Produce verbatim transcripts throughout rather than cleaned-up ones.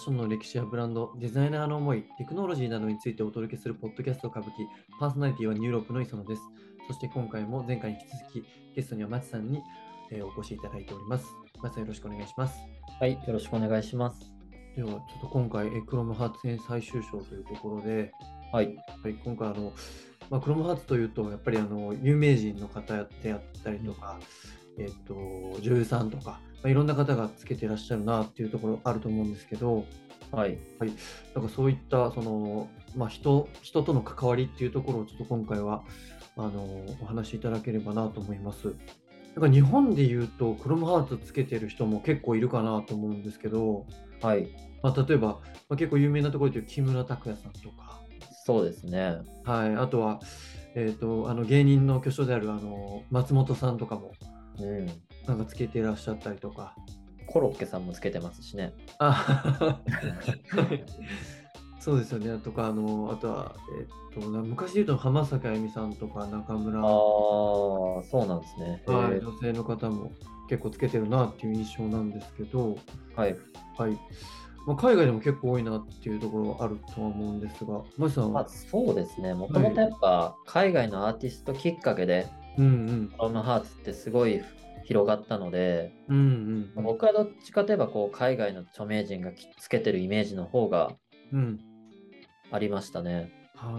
ションの歴史やブランド、デザイナーの思い、テクノロジーなどについてお届けするポッドキャスト歌舞伎、パーソナリティはニューロープの磯野です。そして今回も前回に引き続き、ゲストには松さんに、えーお越しいただいております。松さんよろしくお願いします。 はい、よろしくお願いします。 では、ちょっと今回、えークロムハーツ編最終章というところで、 はい、 はい、今回あの、まあ、クロムハーツというと、やっぱりあの有名人の方であったりとか、えっと、女優さんとか、まあ、いろんな方がつけてらっしゃるなっていうところあると思うんですけど、 はい、 はい、なんかそういったその、まあ、人、人との関わりっていうところをちょっと今回はあのお話しいただければなと思います。なんか日本で言うとクロムハーツつけてる人も結構いるかなと思うんですけど、 はい、 まあ、例えば、まあ、結構有名なところでいう木村拓哉さんとか、 そうですね。 はい、あとは、えーと、あの芸人の巨匠であるあの松本さんとかもうん。 なんかつけていらっしゃったりとか。 コロッケさんもつけてますしね。 あはいそうですよね。とか、あの、あとは、えっと、な昔で言うと浜崎あゆみさんとか中村、 ああ、 はそうなんですね。 い、 へえ。 女性の方も結構つけてるなっていう印象なんですけど、 はい。 はい。まあ、海外でも結構多いなっていうところはあるとは思うんですが、マジさん、はまあ、そうですね。もともとやい。 っぱ海外のアーティストきっかけで、 うんうん。 クロムハーツってすごい広がったので、 うんうんうん。 僕はどっちかといえばこう海外の著名人がきつけてるイメージの方がうん。 ありましたね。 はい。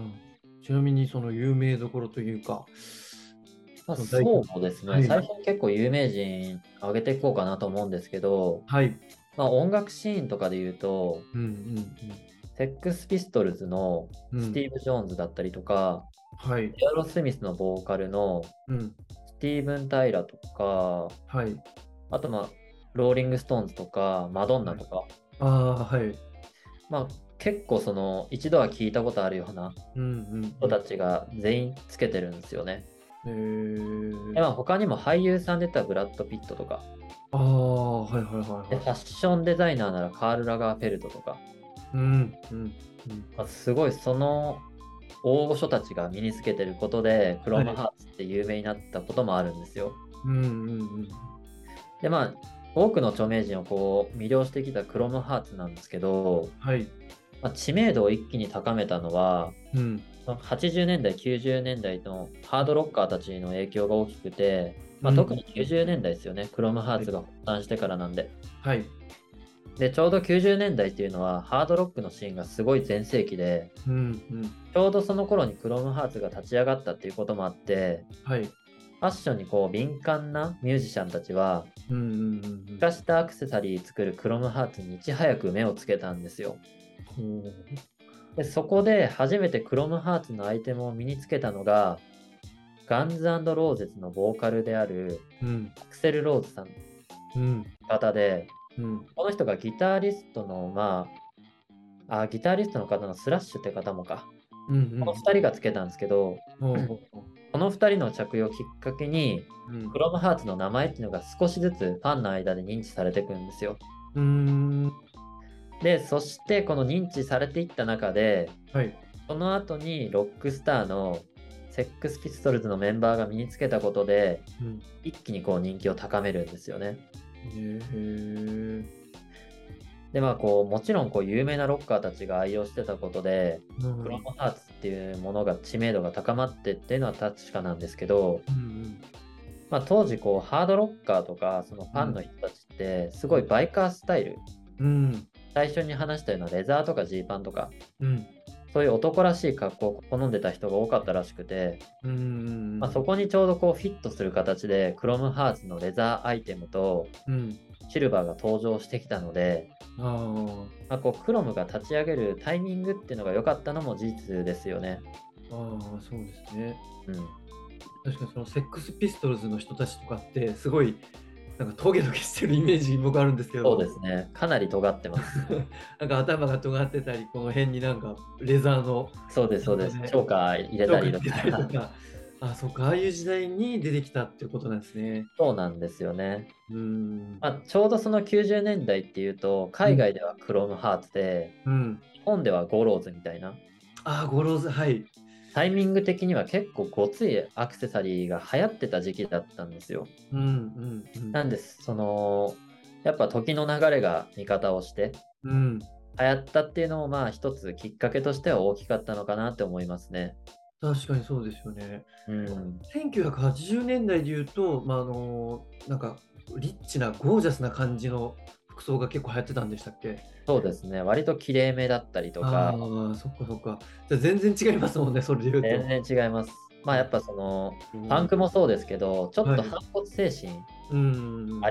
ちなみに、その有名どころというか、 まあ、 その代表。 そうですね。 はい。 最初に結構有名人上げていこうかなと思うんですけど、 はい。 まあ、音楽シーンとかで言うと、 うんうんセックスピストルズのうん。うん。 スティーブ・ジョーンズだったりとか、 はい。 エアロスミスのボーカルのうん。 スティーブン・タイラとか、 はい。 あとまあ、ローリング・ストーンズとか、マドンナはい。 とか、 ああ、はい。 まあ結構その一度は聞いたことあるようなうんうんうん。 人たちが全員つけてるんですよね。 えー、 でまあ他にも俳優さんで言ったらブラッド・ピットとか、 ああ、はいはいはいでファッはい。 ションデザイナーならカール・ラガーフェルトとか、 うんうんうん。 まあ、すごいその大御所たちが身につけてることで、クロムはい。 ハーツって有名になったこともあるんですよ。 うんうんうん。 で、まあ、多くの著名人をこう魅了してきたクロムハーツなんですけど、 はい。 まあ、知名度を一気に高めたのは、 うん。 はちじゅうねんだい、きゅうじゅうねんだいのハードロッカーたちの影響が大きくて、まあ、特にうん。 きゅうじゅうねんだいですよね、クロムハーはい。 ツが発端してからなんで。 はい。 で、ちょうどきゅうじゅうねんだいっていうのは、ハードロックのシーンがすごい全盛期で、 うんうん。 ちょうどその頃にクロムハーツが立ち上がったっていうこともあって、 はい。 ファッションにこう敏感なミュージシャンたちは、 うんうんうんうん。 生かしたアクセサリー作るクロムハーツにいち早く目をつけたんですよ。 ほう。 で、そこで初めてクロムハーツのアイテムを身につけたのが、ガンズローゼズのボーカルであるうん。 アクセル・ローズさんうん方で、 うん。 この人がギタリストの、まあ、あ、ギタリストの方のスラッシュって方もか。 うんうこのん。 ふたりがつけたんですけど、 ほうほうほこのふたりの着用をきっかけに、 う。うん。 クロムハーツの名前っていうのが少しずつファンの間で認知されていくんですよ。 うーん。 で、そしてこの認知されていった中で、 はい。 その後にロックスターのセックスピストルズのメンバーが身につけたことで、 うん。 一気にこう人気を高めるんですよね。 へえ。 で、まあこう、もちろんこう有名なロッカーたちが愛用してたことで、クロうん。 ムハーツっていうものが知名度が高まってっていうのは確かなんですけど、 うんまあ当時こうハードロッカーとかそのフうん。 ァンの人たちってすごいバイカースタイル、 うん。 最初に話したようなレザーとかジーパンとか、 うん。 そういう男らしい格好を好んでた人が多かったらしくて、 うん。 まあ、そこにちょうどこうフィットする形でクロムハーツのレザーアイテムとうん。 シルバーが登場してきたので、 ああ。 まあ、こうクロムが立ち上げるタイミングっていうのが良かったのも事実ですよね。 ああ、そうですね。 うん。 確かにそのセックスピストルズの人たちとかってすごいなんかトゲトゲしてるイメージ僕あるんですけそうでど、 すね。かなり尖ってます。 なんか頭が尖ってたり、この辺になんかレザーのそうです、そうです。チなんかね、 ョーカー入れたりととか出たりとか。 か、あ、そっか、ああいう時代に出てきたっていうことなんですね。 そうなんですよね。 うーん。 まあ、ちょうどそのきゅうじゅうねんだいっていうと、 うん、 海外ではクロムハーツで、 うん。 日本ではゴローズみたいな。 ああ、ゴローズ、はい。 タイミング的には結構ごついアクセサリーが流行ってた時期だったんですよ。 うんうんうん。 なんです、その、やっぱ時の流れが味方をして、 うん。 流行ったっていうのも、まあ一つきっかけとしては大きかったのかなって思いますね。 確かにそうですよね。 うん。 せんきゅうひゃくはちじゅうねんだいで言うと、まあ、あの、なんかリッチなゴージャスな感じの服装が結構流行ってたんでしたっけ？ そうですね。割と綺麗めだったりとあか、 あ、そっかそっか。じゃあ全然違いますもんね、それで言うと。 全然違います。まあやっぱその、パンクもそうですけど、ちょっはい。 と反骨精神うん、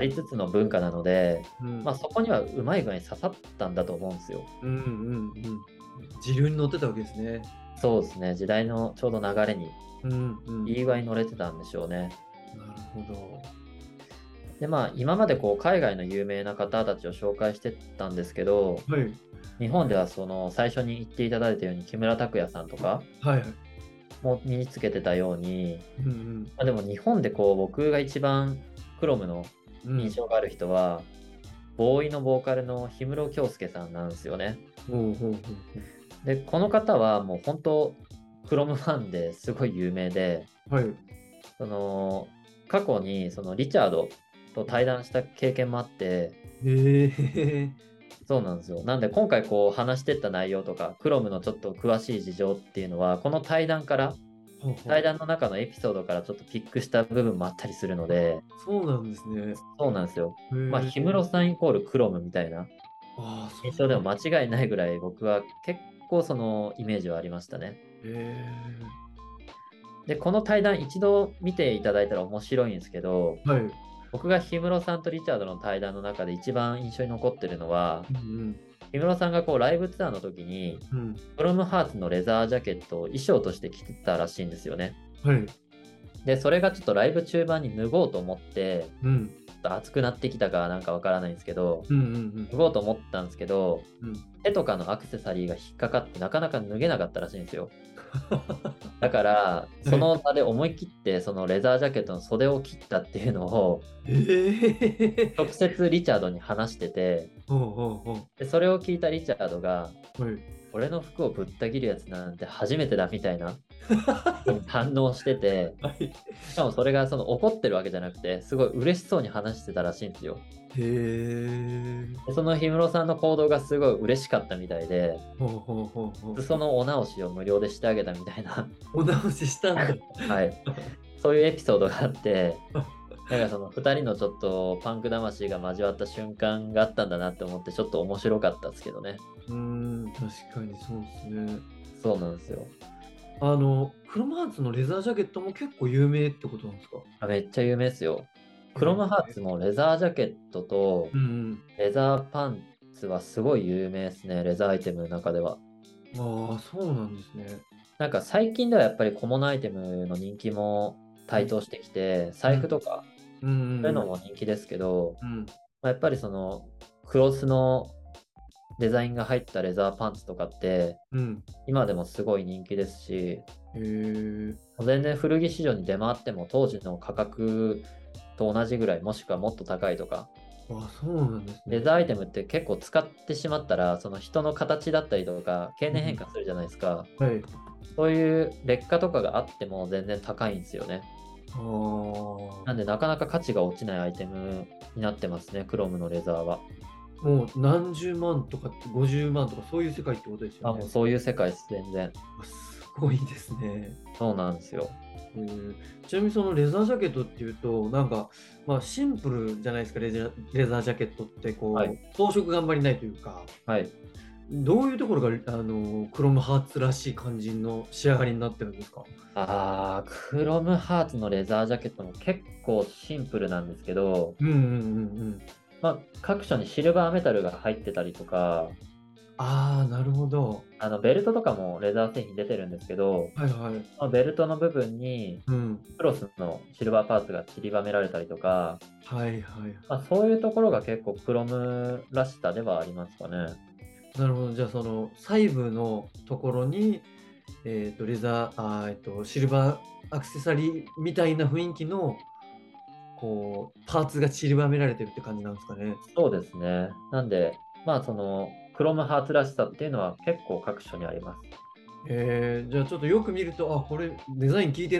ありつつの文化なので、 うん、 まあそこにはうまい具合に刺さったんだと思うんですよ。 うんうんうん。時流に乗ってたわけですね。 そうですね。時代のちょうど流れにうんうん。 いい具合に乗れてたんでしょうね。 なるほど。 で、まあ今までこう海外の有名な方たちを紹介してたんですけど、 はい。 日本ではその最初に言っていただいたように木村拓哉さんとかはいはい。 も身につけてたように、 うんまあ、でも日本でこう僕が一番クロムのうん。うん。 印象がある人は、ボーイのボーカルの氷室京介さんなんですよね。 ほうほうほうほで、この方はもう本当、クロムファンですごい有名で、 う。はい。 その過去にそのリチャードと対談した経験もあって、 へえ。 そうなんですよ。なんで今回こう話してった内容とか、クロムのちょっと詳しい事情っていうのは、この対談から、 ほうほう。 対談の中のエピソードからちょっとピックした部分もあったりするので、 そうなんですね。 そうなんですよ。まあ、 へえ。 氷室さんイコールクロムみたいなああ、そ印うなん象でも間違いないぐらい僕は結構そのイメージはありましたね。 へえ。 で、この対談一度見ていただいたら面白いんですけど、 はい。 僕が氷室さんとリチャードの対談の中で一番印象に残ってるのは、 うん氷室さんがこうライブツアーの時に、 うん。うん。 クロムハーツのレザージャケットを衣装として着てたらしいんですよね。 はい。 で、それがちょっとライブ中盤に脱ごうと思って、 うん。 ちょっと熱くなってきたかなんかわからないんですけど、 うんうん脱ごうと思ったんですけど、 うん。うん。 手とかのアクセサリーが引っかかってなかなか脱げなかったらしいんですよ。だから、そはい。 の場で思い切ってそのレザージャケットの袖を切ったっていうのをええ。 直接リチャードに話してて、 ほうほうほで、それを聞いたリチャードが、 う。はい。 俺の服をぶった切るやつなんて初めてだみたいな反応してて、 はい。 しかもそれがその怒ってるわけじゃなくて、すごい嬉しそうに話してたらしいんですよ。 へえ。 でその氷室さんの行動がすごい嬉しかったみたいで、 ほうほうほうほう。 裾のお直しを無料でしてあげたみたいな、 お直ししたんだ。 はい、そういうエピソードがあって、なんかそのふたりのちょっとパンク魂が交わった瞬間があったんだなって思って、ちょっと面白かったですけどね。 うーん、確かにそうですね。 そうなんですよ。 あの、クロムハーツのレザージャケットも結構有名ってことなんですか？ あ、めっちゃ有名ですよ。クロへえ。 ムハーツもレザージャケットとうんレザーパンツはすごい有名ですね。レザーアイテムの中では。 うん。ああ、そうなんですね。 なんか最近ではやっぱり小物アイテムの人気もうん、 台頭してきて、 うん、 財布とかうんそういううんうん。 のも人気ですけど、 うん。 まあ、やっぱりそのクロスのデザインが入ったレザーパンツとかってうん。 今でもすごい人気ですし、 へえ。 全然古着市場に出回っても当時の価格と同じぐらいもしくはもっと高いとか、 あ、そうなんですね。 レザーアイテムって結構使ってしまったらその人の形だったりとか経年変うん。 化するじゃないですか。 はい。 そういう劣化とかがあっても全然高いんですよね。 ああ。 なんでなかなか価値が落ちないアイテムになってますね、クロムのレザーは。 もう何十万とかごじゅうまんとかそういう世界ってことですよあ、もうね。 そういう世界です、全然。 あ、すごいですね。 そうなんですよ。 へえ。ちなみにそのレザージャケットっていうと、なんか、まあ、シンプルじゃないですか、レジャレザージャケットってはい。 こう、装飾があんまりないというか、 はい。 どういうところが、あの、クロムハーツらしい感じの仕上がりになってるんですか？ あー、クロムハーツのレザージャケットも結構シンプルなんですけど、 うんうんうんうん。 まあ、各所にシルバーメタルが入ってたりとか、 ああ、なるほど。 あのベルトとかもレザー製品出てるんですけど、 はいはい。 まあ、ベルトの部分にうん。 クロスのシルバーパーツが散りばめられたりとか、 はいはい。 まあ、そういうところが結構クロムらしさではありますかね。 なるほど。じゃあ、その細部のところに、えっと、レザーあーえっと、シルバーアクセサリーみたいな雰囲気の、こう、パーツが散りばめられてるって感じなんですかね。 そうですね。なんで、まあそのクロムハーツらしさっていうのは結構各所にあります。 えーじゃあちょっとよく見ると、あ、これデザイン効いてる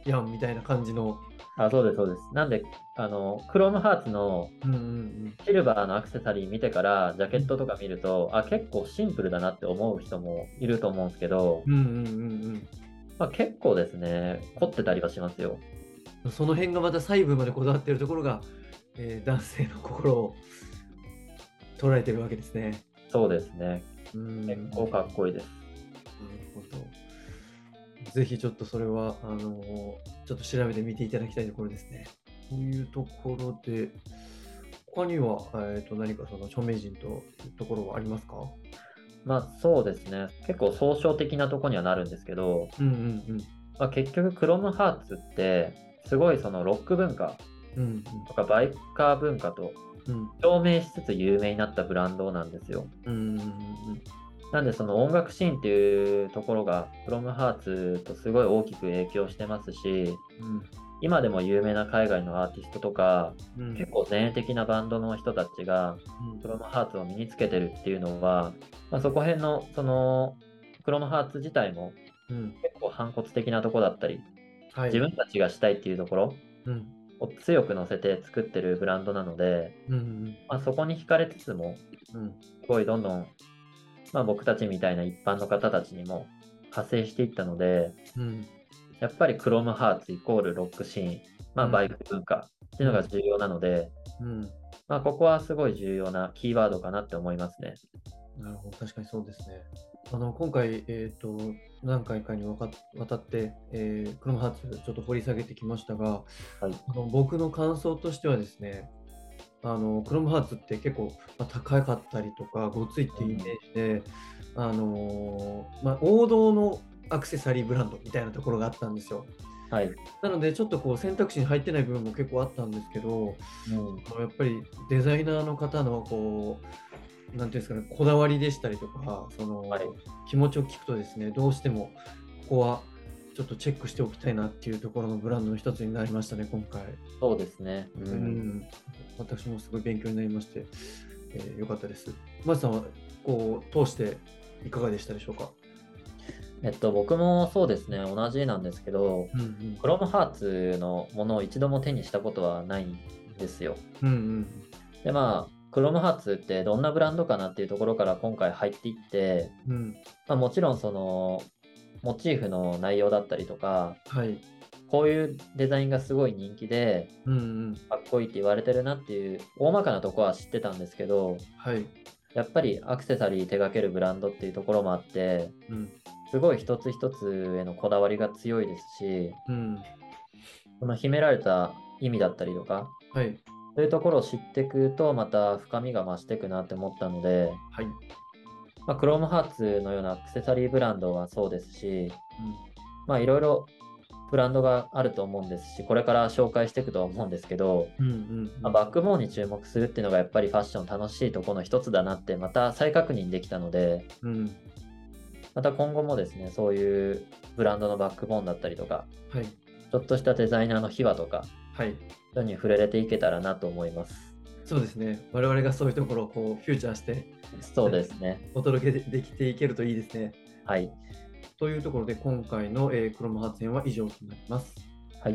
やんみたいな感じの。 あ、そうです、そうです。なんで、あの、クロームハーツのうんうんシルバーのアクセサリー見てから、ジャケうんットとか見ると、あ、結構シンプルだなって思う人もいると思うんですけど、 うんうんうんまあ、結構ですね、凝ってたりはしますよ。 うん。その辺がまた細部までこだわっているところが、えー男性の心を捉えてるわけですね。 そうですね。 うん。 結構かっこいいです。 なるほど。ぜひちょっとそれは、あのーちょっと調べてみていただきたいところですね。というところで、他には、えーと、何かその著名人というところはありますか？ まあそうですね。結構総称的なとこにはなるんですけど、 うんうんまあ、結局クロムハーツってすごいそのロック文化うん。うんとかバイカー文化とうん共鳴しつつ有名になったブランドなんですよ。 うんうんうんなんでその音楽シーンっていうところがクロムハーツとすごい大きく影響してますし、 うん今でも有名な海外のアーティストとか、 うんうん結構前衛的なバンドの人たちがクロムハーツを身につけてるっていうのは、まあ、そこ辺のそのクロムハーツ自体もうん結構反骨的なとこだったり、 はい。 自分たちがしたいっていうところうんを強く乗せて作ってるブランドなので、 うんうんまあ、そこに惹かれつつも、 うんすごいどんどん、まあ、僕たちみたいな一般の方たちにも派生していったので、 うんやっぱりクロムハーツイコールロックシーン、まあ、 うんバイク文化っていうのが重要なので、 うんまあ、ここはすごい重要なキーワードかなって思いますね。 なるほど、確かにそうですね。あの今回、えーと、何回かにわか渡って、えークロムハーツちょっと掘り下げてきましたが、 はい。 あの僕の感想としてはですね、あのクロムハーツって結構、まあ、高かったりとか、ごついっていうイメージで、あのーまあ、王道のアクセサリーブランドみたいなところがあったんですよ。 はい。 なので、ちょっとこう選択肢に入ってない部分も結構あったんですけど、 うん。 あのやっぱりデザイナーの方のこう、なんていうんですかね、こだわりでしたりとか、そのはい。 気持ちを聞くとですね、どうしてもここはちょっとチェックしておきたいなっていうところのブランドの一つになりましたね、今回。 そうですね。う。 うんん、私もすごい勉強になりまして、えー、よかったです。マジさんはこう通していかがでしたでしょうか？ えっと、僕もそうですね、同じなんですけど、 うんうんクロムハーツのものを一度も手にしたことはないんですよ。 うんうんで、まあ、クロムハーツってどんなブランドかなっていうところから今回入っていって、 うんまあ、もちろんその、モチーフの内容だったりとか、 はいこういうデザインがすごい人気で、 うんうんかっこいいって言われてるなっていう大まかなとこは知ってたんですけど、 はいやっぱりアクセサリー手掛けるブランドっていうところもあって、 うんすごい一つ一つへのこだわりが強いですし、 うんその秘められた意味だったりとか、 はいそういうところを知っていくと、また深みが増していくなって思ったので、 はいまあ、クロームハーツのようなアクセサリーブランドはそうですし、まあいろいろブランドがあると思うんですし、これから紹介していくとは思うんですけど、 うんうんまあ、バックボーンに注目するっていうのがやっぱりファッション楽しいところの一つだなってまた再確認できたので、 うんまた今後もですね、そういうブランドのバックボーンだったりとか、 はいちょっとしたデザイナーの秘話とか、 はいそういうのに触れれていけたらなと思います。 そうですね。我々がそういうところをこうフューチャーしてそうですね。 お届けでできていけるといいですね。 はい。 というところで今回の、えークロムハーツ編は以上となります。 はい。 はい、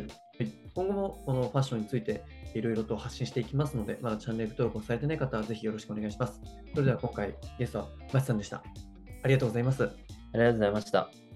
今後もこのファッションについていろいろと発信していきますので、まだチャンネル登録をされてない方はぜひよろしくお願いします。それでは今回ゲストはマシさんでした。ありがとうございます。 ありがとうございました。